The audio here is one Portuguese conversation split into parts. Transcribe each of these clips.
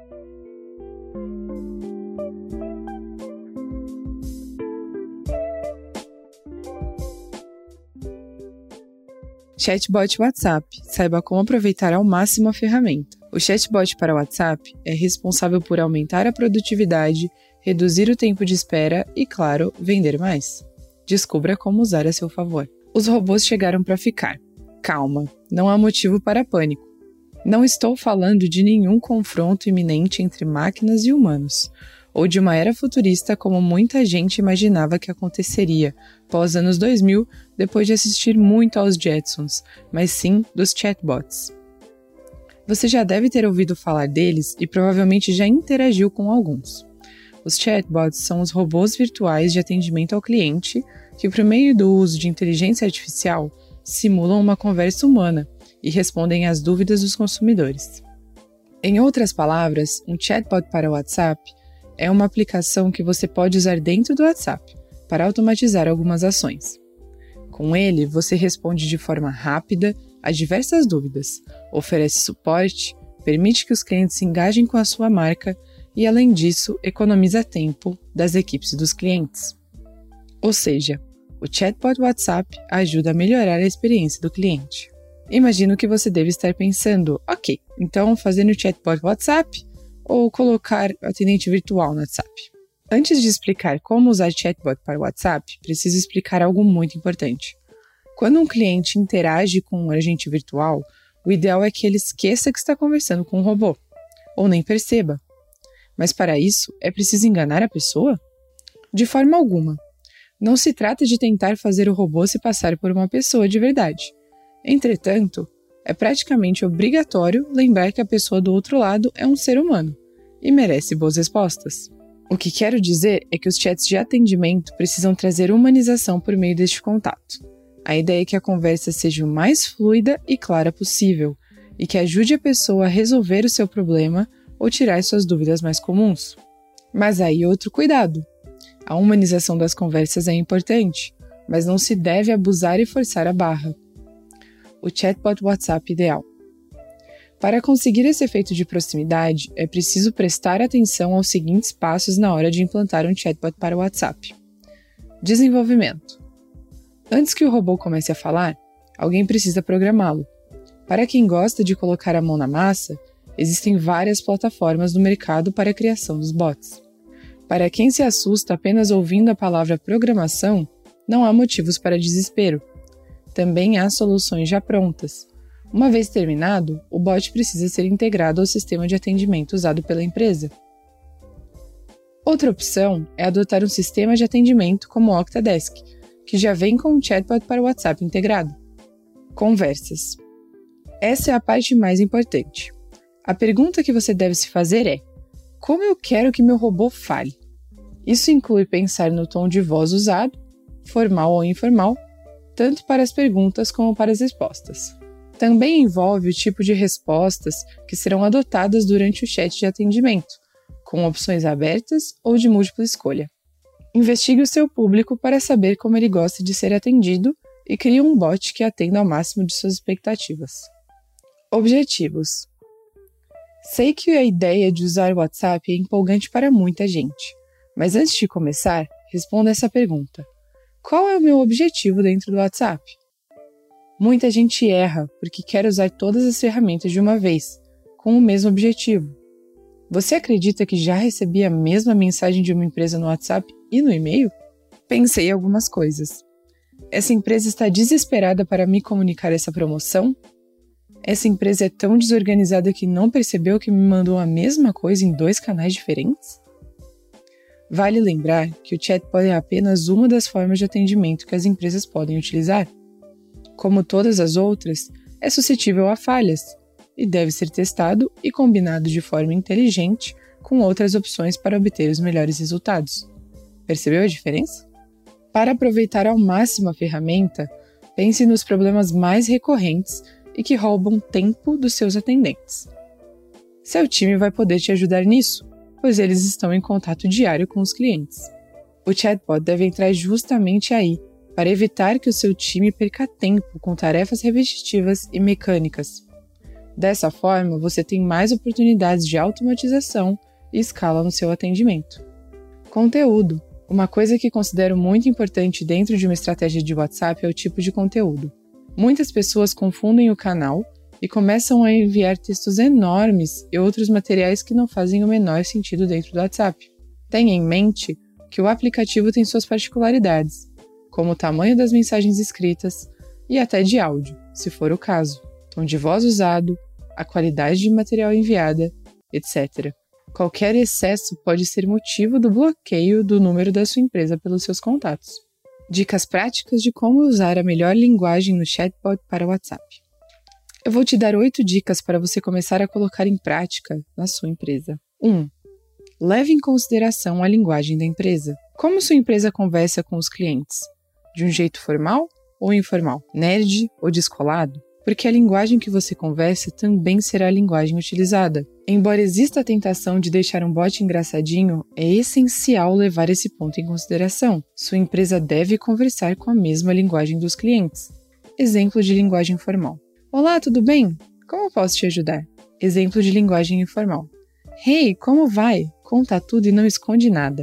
Chatbot WhatsApp. Saiba como aproveitar ao máximo a ferramenta. O chatbot para o WhatsApp é responsável por aumentar a produtividade, reduzir o tempo de espera e, claro, vender mais. Descubra como usar a seu favor. Os robôs chegaram para ficar. Calma, não há motivo para pânico. Não estou falando de nenhum confronto iminente entre máquinas e humanos, ou de uma era futurista como muita gente imaginava que aconteceria pós anos 2000, depois de assistir muito aos Jetsons, mas sim dos chatbots. Você já deve ter ouvido falar deles e provavelmente já interagiu com alguns. Os chatbots são os robôs virtuais de atendimento ao cliente que, por meio do uso de inteligência artificial, simulam uma conversa humana e respondem às dúvidas dos consumidores. Em outras palavras, um chatbot para o WhatsApp é uma aplicação que você pode usar dentro do WhatsApp para automatizar algumas ações. Com ele, você responde de forma rápida a diversas dúvidas, oferece suporte, permite que os clientes se engajem com a sua marca e, além disso, economiza tempo das equipes dos clientes. Ou seja, o chatbot WhatsApp ajuda a melhorar a experiência do cliente. Imagino que você deve estar pensando, ok, então fazer no chatbot WhatsApp ou colocar atendente virtual no WhatsApp. Antes de explicar como usar chatbot para o WhatsApp, preciso explicar algo muito importante. Quando um cliente interage com um agente virtual, o ideal é que ele esqueça que está conversando com um robô, ou nem perceba. Mas para isso, é preciso enganar a pessoa? De forma alguma. Não se trata de tentar fazer o robô se passar por uma pessoa de verdade. Entretanto, é praticamente obrigatório lembrar que a pessoa do outro lado é um ser humano e merece boas respostas. O que quero dizer é que os chats de atendimento precisam trazer humanização por meio deste contato. A ideia é que a conversa seja o mais fluida e clara possível e que ajude a pessoa a resolver o seu problema ou tirar suas dúvidas mais comuns. Mas aí outro cuidado. A humanização das conversas é importante, mas não se deve abusar e forçar a barra. O chatbot WhatsApp ideal. Para conseguir esse efeito de proximidade, é preciso prestar atenção aos seguintes passos na hora de implantar um chatbot para o WhatsApp. Desenvolvimento. Antes que o robô comece a falar, alguém precisa programá-lo. Para quem gosta de colocar a mão na massa, existem várias plataformas no mercado para a criação dos bots. Para quem se assusta apenas ouvindo a palavra programação, não há motivos para desespero. Também há soluções já prontas. Uma vez terminado, o bot precisa ser integrado ao sistema de atendimento usado pela empresa. Outra opção é adotar um sistema de atendimento como o Octadesk, que já vem com um chatbot para o WhatsApp integrado. Conversas. Essa é a parte mais importante. A pergunta que você deve se fazer é: como eu quero que meu robô fale? Isso inclui pensar no tom de voz usado, formal ou informal, tanto para as perguntas como para as respostas. Também envolve o tipo de respostas que serão adotadas durante o chat de atendimento, com opções abertas ou de múltipla escolha. Investigue o seu público para saber como ele gosta de ser atendido e crie um bot que atenda ao máximo de suas expectativas. Objetivos. Sei que a ideia de usar o WhatsApp é empolgante para muita gente, mas antes de começar, responda essa pergunta: qual é o meu objetivo dentro do WhatsApp? Muita gente erra porque quer usar todas as ferramentas de uma vez, com o mesmo objetivo. Você acredita que já recebi a mesma mensagem de uma empresa no WhatsApp e no e-mail? Pensei em algumas coisas. Essa empresa está desesperada para me comunicar essa promoção? Essa empresa é tão desorganizada que não percebeu que me mandou a mesma coisa em 2 canais diferentes? Vale lembrar que o chatbot é apenas uma das formas de atendimento que as empresas podem utilizar. Como todas as outras, é suscetível a falhas e deve ser testado e combinado de forma inteligente com outras opções para obter os melhores resultados. Percebeu a diferença? Para aproveitar ao máximo a ferramenta, pense nos problemas mais recorrentes e que roubam tempo dos seus atendentes. Seu time vai poder te ajudar nisso, pois eles estão em contato diário com os clientes. O chatbot deve entrar justamente aí, para evitar que o seu time perca tempo com tarefas repetitivas e mecânicas. Dessa forma, você tem mais oportunidades de automatização e escala no seu atendimento. Conteúdo. Uma coisa que considero muito importante dentro de uma estratégia de WhatsApp é o tipo de conteúdo. Muitas pessoas confundem o canal e começam a enviar textos enormes e outros materiais que não fazem o menor sentido dentro do WhatsApp. Tenha em mente que o aplicativo tem suas particularidades, como o tamanho das mensagens escritas e até de áudio, se for o caso, tom de voz usado, a qualidade de material enviada, etc. Qualquer excesso pode ser motivo do bloqueio do número da sua empresa pelos seus contatos. Dicas práticas de como usar a melhor linguagem no chatbot para o WhatsApp. Eu vou te dar 8 dicas para você começar a colocar em prática na sua empresa. 1. Leve em consideração a linguagem da empresa. Como sua empresa conversa com os clientes? De um jeito formal ou informal? Nerd ou descolado? Porque a linguagem que você conversa também será a linguagem utilizada. Embora exista a tentação de deixar um bot engraçadinho, é essencial levar esse ponto em consideração. Sua empresa deve conversar com a mesma linguagem dos clientes. Exemplo de linguagem formal. Olá, tudo bem? Como posso te ajudar? Exemplo de linguagem informal. Hey, como vai? Conta tudo e não esconde nada.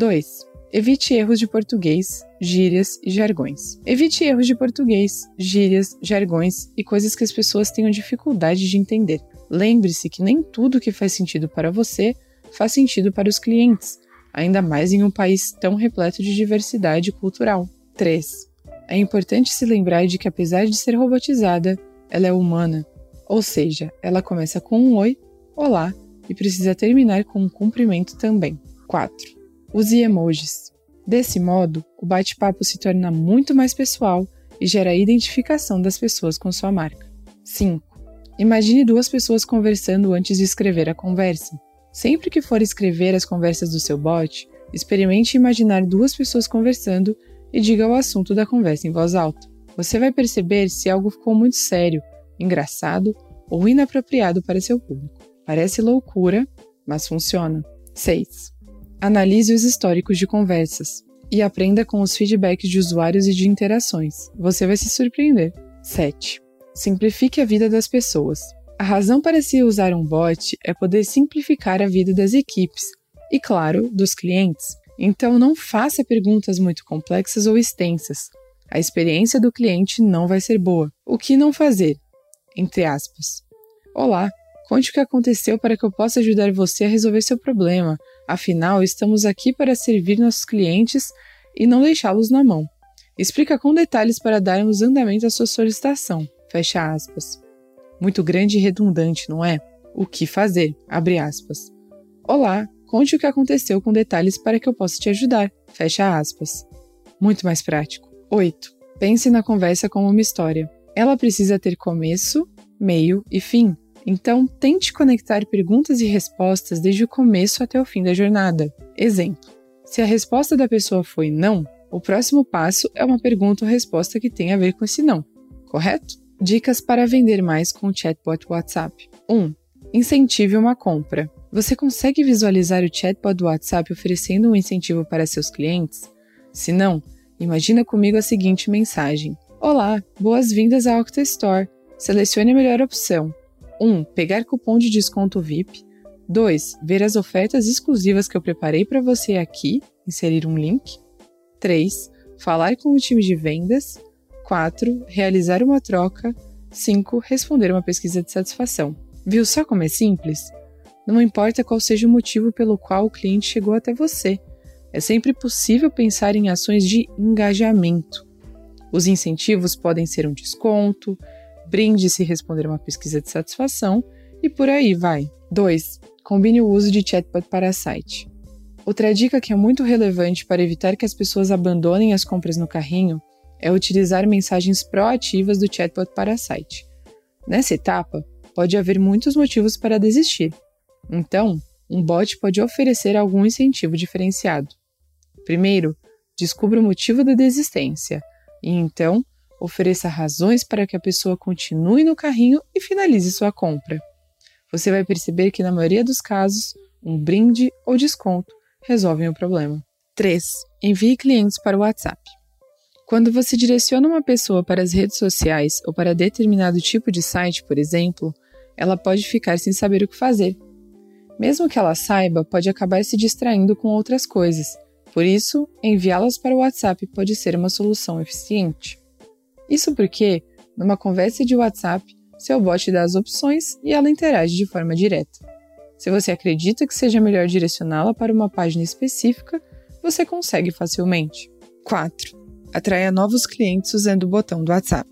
2. Evite erros de português, gírias e jargões. Evite erros de português, gírias, jargões e coisas que as pessoas tenham dificuldade de entender. Lembre-se que nem tudo que faz sentido para você faz sentido para os clientes, ainda mais em um país tão repleto de diversidade cultural. 3. É importante se lembrar de que apesar de ser robotizada, ela é humana, ou seja, ela começa com um oi, olá, e precisa terminar com um cumprimento também. 4. Use emojis. Desse modo, o bate-papo se torna muito mais pessoal e gera a identificação das pessoas com sua marca. 5. Imagine 2 pessoas conversando antes de escrever a conversa. Sempre que for escrever as conversas do seu bot, experimente imaginar 2 pessoas conversando e diga o assunto da conversa em voz alta. Você vai perceber se algo ficou muito sério, engraçado ou inapropriado para seu público. Parece loucura, mas funciona. 6. Analise os históricos de conversas e aprenda com os feedbacks de usuários e de interações. Você vai se surpreender. 7. Simplifique a vida das pessoas. A razão para se usar um bot é poder simplificar a vida das equipes e, claro, dos clientes. Então, não faça perguntas muito complexas ou extensas. A experiência do cliente não vai ser boa. O que não fazer? Entre aspas. Olá, conte o que aconteceu para que eu possa ajudar você a resolver seu problema. Afinal, estamos aqui para servir nossos clientes e não deixá-los na mão. Explica com detalhes para darmos andamento à sua solicitação. Fecha aspas. Muito grande e redundante, não é? O que fazer? Abre aspas. Olá, conte o que aconteceu com detalhes para que eu possa te ajudar. Fecha aspas. Muito mais prático. 8. Pense na conversa como uma história. Ela precisa ter começo, meio e fim. Então, tente conectar perguntas e respostas desde o começo até o fim da jornada. Exemplo: se a resposta da pessoa foi não, o próximo passo é uma pergunta ou resposta que tem a ver com esse não, correto? Dicas para vender mais com o chatbot WhatsApp. 1. Incentive uma compra. Você consegue visualizar o chatbot do WhatsApp oferecendo um incentivo para seus clientes? Se não, imagina comigo a seguinte mensagem: Olá, boas-vindas à Octa Store. Selecione a melhor opção. 1. Pegar cupom de desconto VIP. 2. Ver as ofertas exclusivas que eu preparei para você aqui, inserir um link. 3. Falar com o time de vendas. 4. Realizar uma troca. 5. Responder uma pesquisa de satisfação. Viu só como é simples? Não importa qual seja o motivo pelo qual o cliente chegou até você. É sempre possível pensar em ações de engajamento. Os incentivos podem ser um desconto, brinde se responder uma pesquisa de satisfação e por aí vai. 2. Combine o uso de chatbot para site. Outra dica que é muito relevante para evitar que as pessoas abandonem as compras no carrinho é utilizar mensagens proativas do chatbot para site. Nessa etapa, pode haver muitos motivos para desistir. Então, um bot pode oferecer algum incentivo diferenciado. Primeiro, descubra o motivo da desistência e então ofereça razões para que a pessoa continue no carrinho e finalize sua compra. Você vai perceber que, na maioria dos casos, um brinde ou desconto resolvem o problema. 3. Envie clientes para o WhatsApp. Quando você direciona uma pessoa para as redes sociais ou para determinado tipo de site, por exemplo, ela pode ficar sem saber o que fazer. Mesmo que ela saiba, pode acabar se distraindo com outras coisas. Por isso, enviá-las para o WhatsApp pode ser uma solução eficiente. Isso porque, numa conversa de WhatsApp, seu bot dá as opções e ela interage de forma direta. Se você acredita que seja melhor direcioná-la para uma página específica, você consegue facilmente. 4. Atraia novos clientes usando o botão do WhatsApp.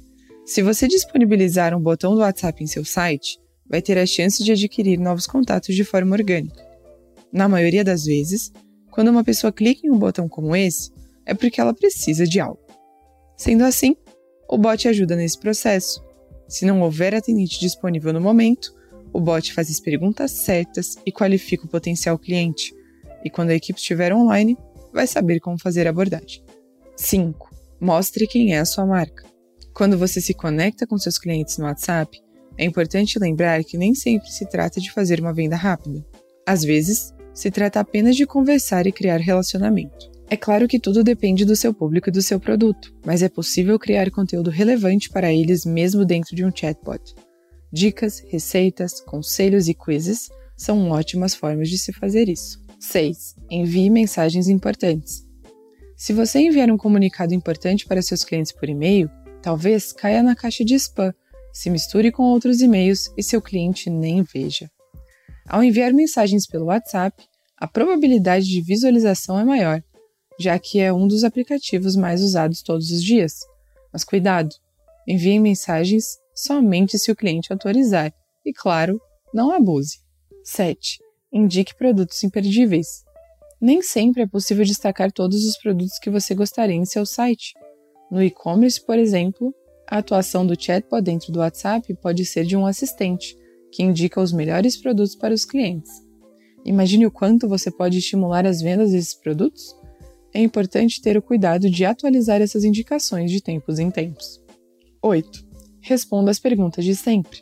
Se você disponibilizar um botão do WhatsApp em seu site, vai ter a chance de adquirir novos contatos de forma orgânica. Na maioria das vezes, quando uma pessoa clica em um botão como esse, é porque ela precisa de algo. Sendo assim, o bot ajuda nesse processo. Se não houver atendente disponível no momento, o bot faz as perguntas certas e qualifica o potencial cliente. E quando a equipe estiver online, vai saber como fazer a abordagem. 5. Mostre quem é a sua marca. Quando você se conecta com seus clientes no WhatsApp, é importante lembrar que nem sempre se trata de fazer uma venda rápida. Às vezes, se trata apenas de conversar e criar relacionamento. É claro que tudo depende do seu público e do seu produto, mas é possível criar conteúdo relevante para eles mesmo dentro de um chatbot. Dicas, receitas, conselhos e quizzes são ótimas formas de se fazer isso. 6. Envie mensagens importantes. Se você enviar um comunicado importante para seus clientes por e-mail, talvez caia na caixa de spam, se misture com outros e-mails e seu cliente nem veja. Ao enviar mensagens pelo WhatsApp, a probabilidade de visualização é maior, já que é um dos aplicativos mais usados todos os dias. Mas cuidado, envie mensagens somente se o cliente autorizar e, claro, não abuse. 7. Indique produtos imperdíveis. Nem sempre é possível destacar todos os produtos que você gostaria em seu site. No e-commerce, por exemplo, a atuação do chatbot dentro do WhatsApp pode ser de um assistente, que indica os melhores produtos para os clientes. Imagine o quanto você pode estimular as vendas desses produtos? É importante ter o cuidado de atualizar essas indicações de tempos em tempos. 8. Responda as perguntas de sempre.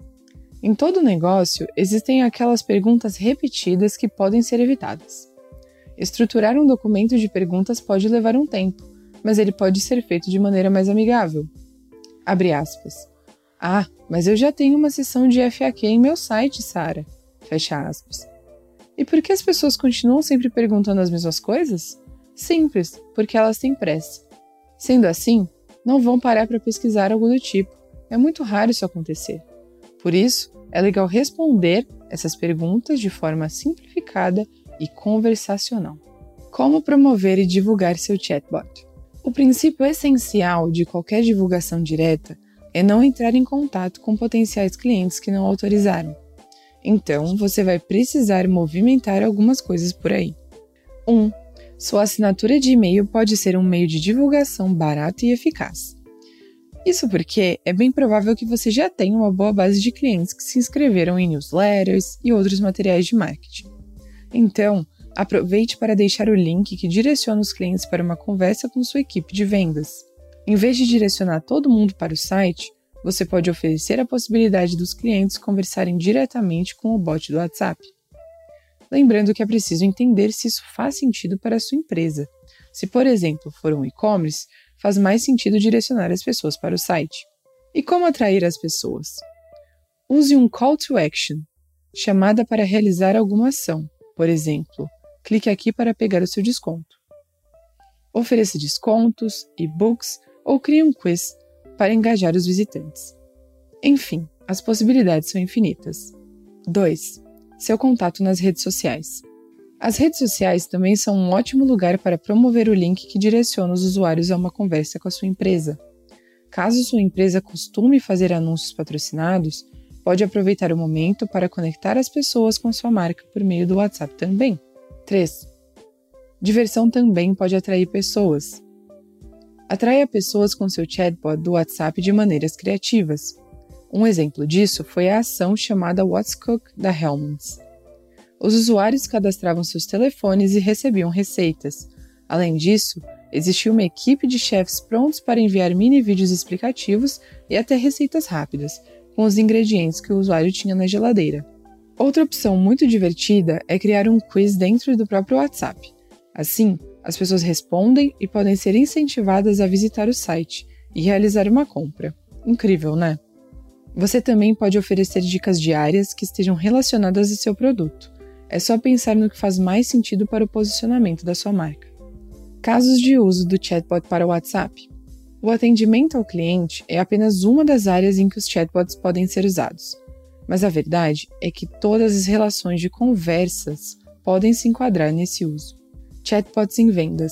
Em todo negócio, existem aquelas perguntas repetidas que podem ser evitadas. Estruturar um documento de perguntas pode levar um tempo, mas ele pode ser feito de maneira mais amigável. Abre aspas. Ah, mas eu já tenho uma seção de FAQ em meu site, Sara. Fecha aspas. E por que as pessoas continuam sempre perguntando as mesmas coisas? Simples, porque elas têm pressa. Sendo assim, não vão parar para pesquisar algo do tipo. É muito raro isso acontecer. Por isso, é legal responder essas perguntas de forma simplificada e conversacional. Como promover e divulgar seu chatbot? O princípio essencial de qualquer divulgação direta é não entrar em contato com potenciais clientes que não autorizaram. Então, você vai precisar movimentar algumas coisas por aí. 1. Sua assinatura de e-mail pode ser um meio de divulgação barato e eficaz. Isso porque é bem provável que você já tenha uma boa base de clientes que se inscreveram em newsletters e outros materiais de marketing. Então, aproveite para deixar o link que direciona os clientes para uma conversa com sua equipe de vendas. Em vez de direcionar todo mundo para o site, você pode oferecer a possibilidade dos clientes conversarem diretamente com o bot do WhatsApp. Lembrando que é preciso entender se isso faz sentido para a sua empresa. Se, por exemplo, for um e-commerce, faz mais sentido direcionar as pessoas para o site. E como atrair as pessoas? Use um call to action, chamada para realizar alguma ação. Por exemplo, clique aqui para pegar o seu desconto. Ofereça descontos, e-books ou crie um quiz para engajar os visitantes. Enfim, as possibilidades são infinitas. 2. Seu contato nas redes sociais. As redes sociais também são um ótimo lugar para promover o link que direciona os usuários a uma conversa com a sua empresa. Caso sua empresa costume fazer anúncios patrocinados, pode aproveitar o momento para conectar as pessoas com sua marca por meio do WhatsApp também. 3. Diversão também pode atrair pessoas. Atraia pessoas com seu chatbot do WhatsApp de maneiras criativas. Um exemplo disso foi a ação chamada What's Cook da Hellmann's. Os usuários cadastravam seus telefones e recebiam receitas. Além disso, existia uma equipe de chefs prontos para enviar mini vídeos explicativos e até receitas rápidas, com os ingredientes que o usuário tinha na geladeira. Outra opção muito divertida é criar um quiz dentro do próprio WhatsApp. Assim, as pessoas respondem e podem ser incentivadas a visitar o site e realizar uma compra. Incrível, né? Você também pode oferecer dicas diárias que estejam relacionadas ao seu produto. É só pensar no que faz mais sentido para o posicionamento da sua marca. Casos de uso do chatbot para o WhatsApp. O atendimento ao cliente é apenas uma das áreas em que os chatbots podem ser usados. Mas a verdade é que todas as relações de conversas podem se enquadrar nesse uso. Chatbots em vendas.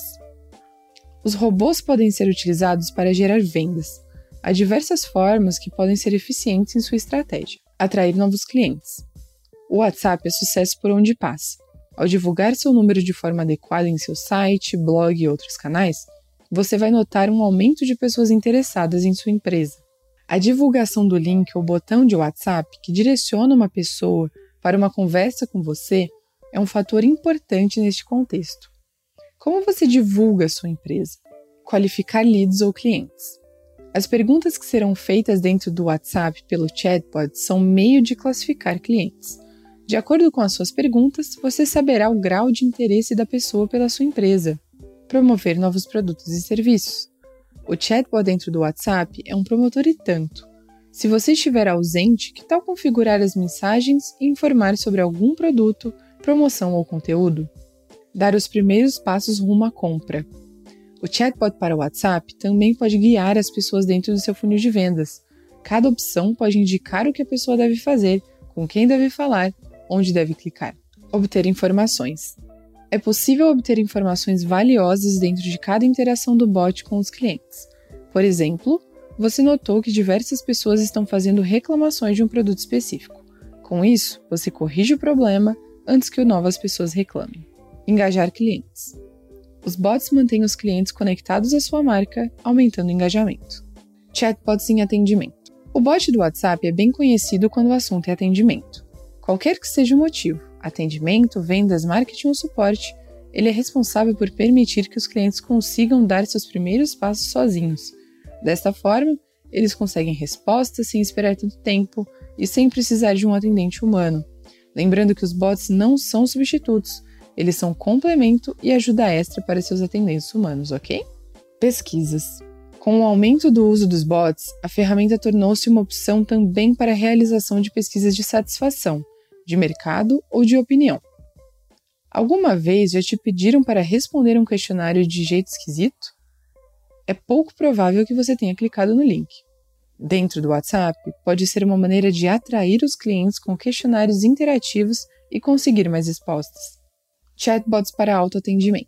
Os robôs podem ser utilizados para gerar vendas. Há diversas formas que podem ser eficientes em sua estratégia. Atrair novos clientes. O WhatsApp é sucesso por onde passa. Ao divulgar seu número de forma adequada em seu site, blog e outros canais, você vai notar um aumento de pessoas interessadas em sua empresa. A divulgação do link ou botão de WhatsApp que direciona uma pessoa para uma conversa com você é um fator importante neste contexto. Como você divulga a sua empresa? Qualificar leads ou clientes. As perguntas que serão feitas dentro do WhatsApp pelo chatbot são meio de classificar clientes. De acordo com as suas perguntas, você saberá o grau de interesse da pessoa pela sua empresa. Promover novos produtos e serviços. O chatbot dentro do WhatsApp é um promotor e tanto. Se você estiver ausente, que tal configurar as mensagens e informar sobre algum produto, promoção ou conteúdo? Dar os primeiros passos rumo à compra. O chatbot para o WhatsApp também pode guiar as pessoas dentro do seu funil de vendas. Cada opção pode indicar o que a pessoa deve fazer, com quem deve falar, onde deve clicar. Obter informações. É possível obter informações valiosas dentro de cada interação do bot com os clientes. Por exemplo, você notou que diversas pessoas estão fazendo reclamações de um produto específico. Com isso, você corrige o problema antes que novas pessoas reclamem. Engajar clientes. Os bots mantêm os clientes conectados à sua marca, aumentando o engajamento. Chatbots em atendimento. O bot do WhatsApp é bem conhecido quando o assunto é atendimento. Qualquer que seja o motivo, atendimento, vendas, marketing ou suporte, ele é responsável por permitir que os clientes consigam dar seus primeiros passos sozinhos. Desta forma, eles conseguem respostas sem esperar tanto tempo e sem precisar de um atendente humano. Lembrando que os bots não são substitutos, eles são complemento e ajuda extra para seus atendentes humanos, ok? Pesquisas. Com o aumento do uso dos bots, a ferramenta tornou-se uma opção também para a realização de pesquisas de satisfação, de mercado ou de opinião. Alguma vez já te pediram para responder um questionário de jeito esquisito? É pouco provável que você tenha clicado no link. Dentro do WhatsApp, pode ser uma maneira de atrair os clientes com questionários interativos e conseguir mais respostas. Chatbots para autoatendimento.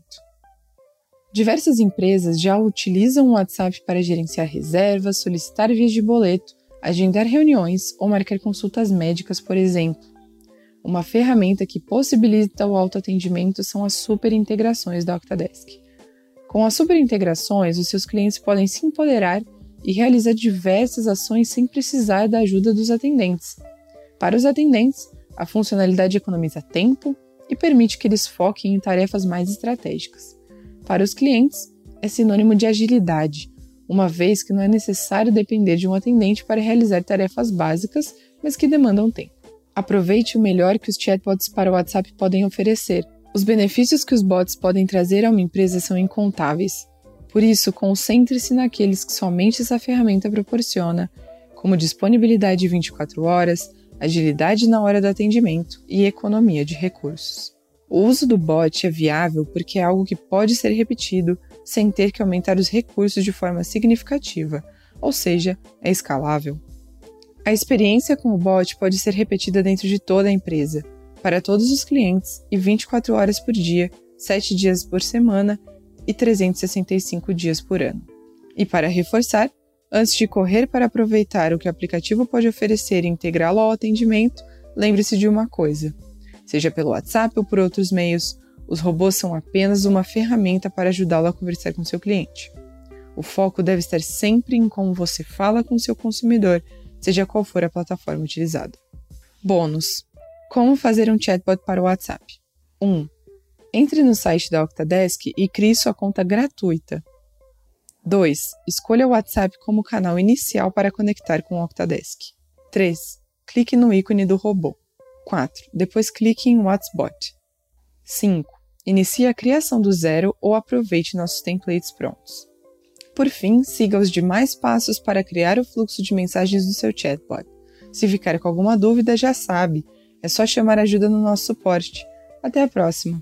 Diversas empresas já utilizam o WhatsApp para gerenciar reservas, solicitar vias de boleto, agendar reuniões ou marcar consultas médicas, por exemplo. Uma ferramenta que possibilita o autoatendimento são as superintegrações da Octadesk. Com as superintegrações, os seus clientes podem se empoderar e realizar diversas ações sem precisar da ajuda dos atendentes. Para os atendentes, a funcionalidade economiza tempo e permite que eles foquem em tarefas mais estratégicas. Para os clientes, é sinônimo de agilidade, uma vez que não é necessário depender de um atendente para realizar tarefas básicas, mas que demandam tempo. Aproveite o melhor que os chatbots para o WhatsApp podem oferecer. Os benefícios que os bots podem trazer a uma empresa são incontáveis. Por isso, concentre-se naqueles que somente essa ferramenta proporciona, como disponibilidade de 24 horas, agilidade na hora do atendimento e economia de recursos. O uso do bot é viável porque é algo que pode ser repetido sem ter que aumentar os recursos de forma significativa, ou seja, é escalável. A experiência com o bot pode ser repetida dentro de toda a empresa, para todos os clientes e 24 horas por dia, 7 dias por semana e 365 dias por ano. E para reforçar, antes de correr para aproveitar o que o aplicativo pode oferecer e integrá-lo ao atendimento, lembre-se de uma coisa. Seja pelo WhatsApp ou por outros meios, os robôs são apenas uma ferramenta para ajudá-lo a conversar com seu cliente. O foco deve estar sempre em como você fala com seu consumidor, seja qual for a plataforma utilizada. Bônus. Como fazer um chatbot para o WhatsApp? 1. Entre no site da Octadesk e crie sua conta gratuita. 2. Escolha o WhatsApp como canal inicial para conectar com o Octadesk. 3. Clique no ícone do robô. 4. Depois clique em WhatsBot. 5. Inicie a criação do zero ou aproveite nossos templates prontos. Por fim, siga os demais passos para criar o fluxo de mensagens do seu chatbot. Se ficar com alguma dúvida, já sabe, é só chamar ajuda no nosso suporte. Até a próxima!